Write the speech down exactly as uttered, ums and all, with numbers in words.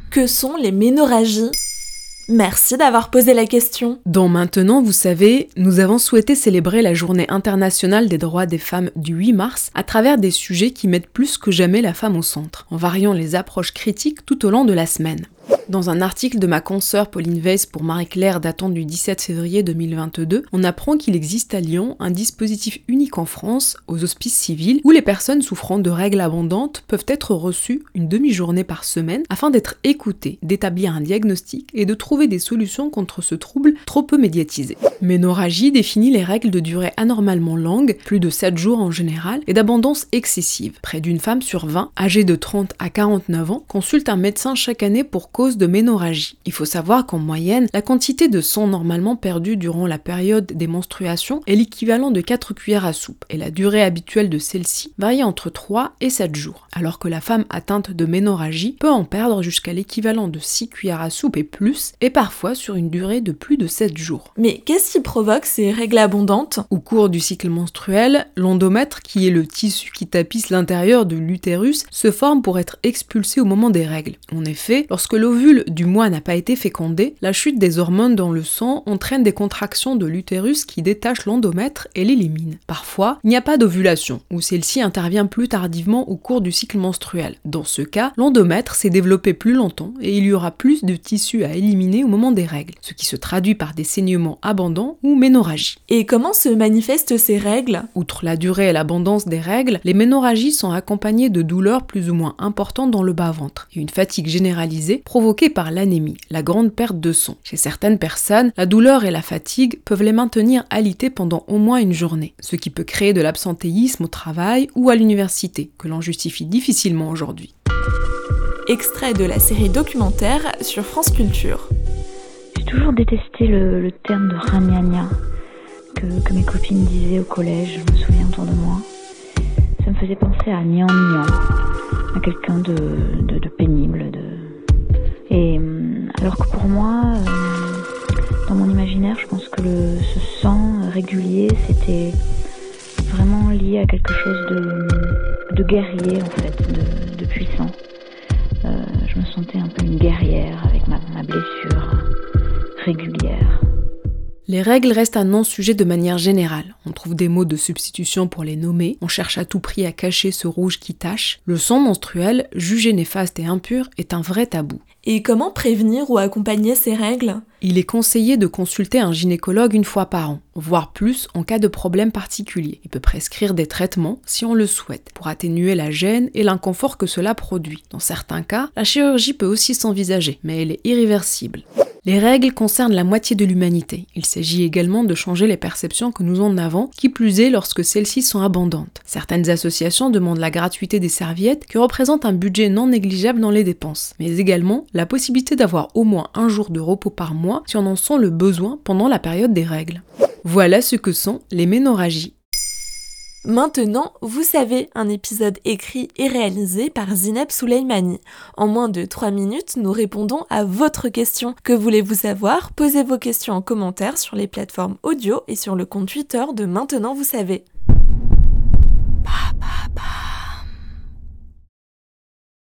Que sont les ménorragies ? Merci d'avoir posé la question. Dans Maintenant, vous savez, nous avons souhaité célébrer la Journée internationale des droits des femmes du huit mars à travers des sujets qui mettent plus que jamais la femme au centre, en variant les approches critiques tout au long de la semaine. Dans un article de ma consoeur Pauline Weiss pour Marie-Claire datant du dix-sept février deux mille vingt-deux, on apprend qu'il existe à Lyon un dispositif unique en France, aux hospices civils, où les personnes souffrant de règles abondantes peuvent être reçues une demi-journée par semaine afin d'être écoutées, d'établir un diagnostic et de trouver des solutions contre ce trouble trop peu médiatisé. Ménorragie définit les règles de durée anormalement longue, plus de sept jours en général, et d'abondance excessive. Près d'une femme sur vingt, âgée de trente à quarante-neuf ans, consulte un médecin chaque année pour cause de ménorragie. Il faut savoir qu'en moyenne, la quantité de sang normalement perdue durant la période des menstruations est l'équivalent de quatre cuillères à soupe, et la durée habituelle de celle-ci varie entre trois et sept jours, alors que la femme atteinte de ménorragie peut en perdre jusqu'à l'équivalent de six cuillères à soupe et plus, et parfois sur une durée de plus de sept jours. Mais qu'est-ce qui provoque ces règles abondantes ? Au cours du cycle menstruel, l'endomètre, qui est le tissu qui tapisse l'intérieur de l'utérus, se forme pour être expulsé au moment des règles. En effet, lorsque l'ovule du mois n'a pas été fécondé, la chute des hormones dans le sang entraîne des contractions de l'utérus qui détachent l'endomètre et l'éliminent. Parfois, il n'y a pas d'ovulation, ou celle-ci intervient plus tardivement au cours du cycle menstruel. Dans ce cas, l'endomètre s'est développé plus longtemps et il y aura plus de tissu à éliminer au moment des règles, ce qui se traduit par des saignements abondants ou ménorragie. Et comment se manifestent ces règles ? Outre la durée et l'abondance des règles, les ménorragies sont accompagnées de douleurs plus ou moins importantes dans le bas-ventre et une fatigue généralisée provoquée par l'anémie, la grande perte de sang. Chez certaines personnes, la douleur et la fatigue peuvent les maintenir alités pendant au moins une journée, ce qui peut créer de l'absentéisme au travail ou à l'université, que l'on justifie difficilement aujourd'hui. Extrait de la série documentaire sur France Culture. J'ai toujours détesté le, le terme de ragnagna que, que mes copines disaient au collège, je me souviens autour de moi. Ça me faisait penser à gnangnan, à quelqu'un de, de, de pénible, de... Et alors que pour moi, euh, dans mon imaginaire, je pense que le, ce sang régulier, c'était vraiment lié à quelque chose de, de guerrier en fait, de, de puissant. Euh, je me sentais un peu une guerrière avec ma, ma blessure régulière. Les règles restent un non-sujet de manière générale. On trouve des mots de substitution pour les nommer, on cherche à tout prix à cacher ce rouge qui tache. Le sang menstruel, jugé néfaste et impur, est un vrai tabou. Et comment prévenir ou accompagner ces règles ? Il est conseillé de consulter un gynécologue une fois par an, voire plus en cas de problème particulier. Il peut prescrire des traitements, si on le souhaite, pour atténuer la gêne et l'inconfort que cela produit. Dans certains cas, la chirurgie peut aussi s'envisager, mais elle est irréversible. Les règles concernent la moitié de l'humanité. Il s'agit également de changer les perceptions que nous en avons, qui plus est lorsque celles-ci sont abondantes. Certaines associations demandent la gratuité des serviettes, qui représentent un budget non négligeable dans les dépenses, mais également la possibilité d'avoir au moins un jour de repos par mois si on en sent le besoin pendant la période des règles. Voilà ce que sont les ménorragies. Maintenant, vous savez, un épisode écrit et réalisé par Zineb Souleimani. En moins de trois minutes, nous répondons à votre question. Que voulez-vous savoir ? Posez vos questions en commentaire sur les plateformes audio et sur le compte Twitter de Maintenant, vous savez. Pa, pa, pa.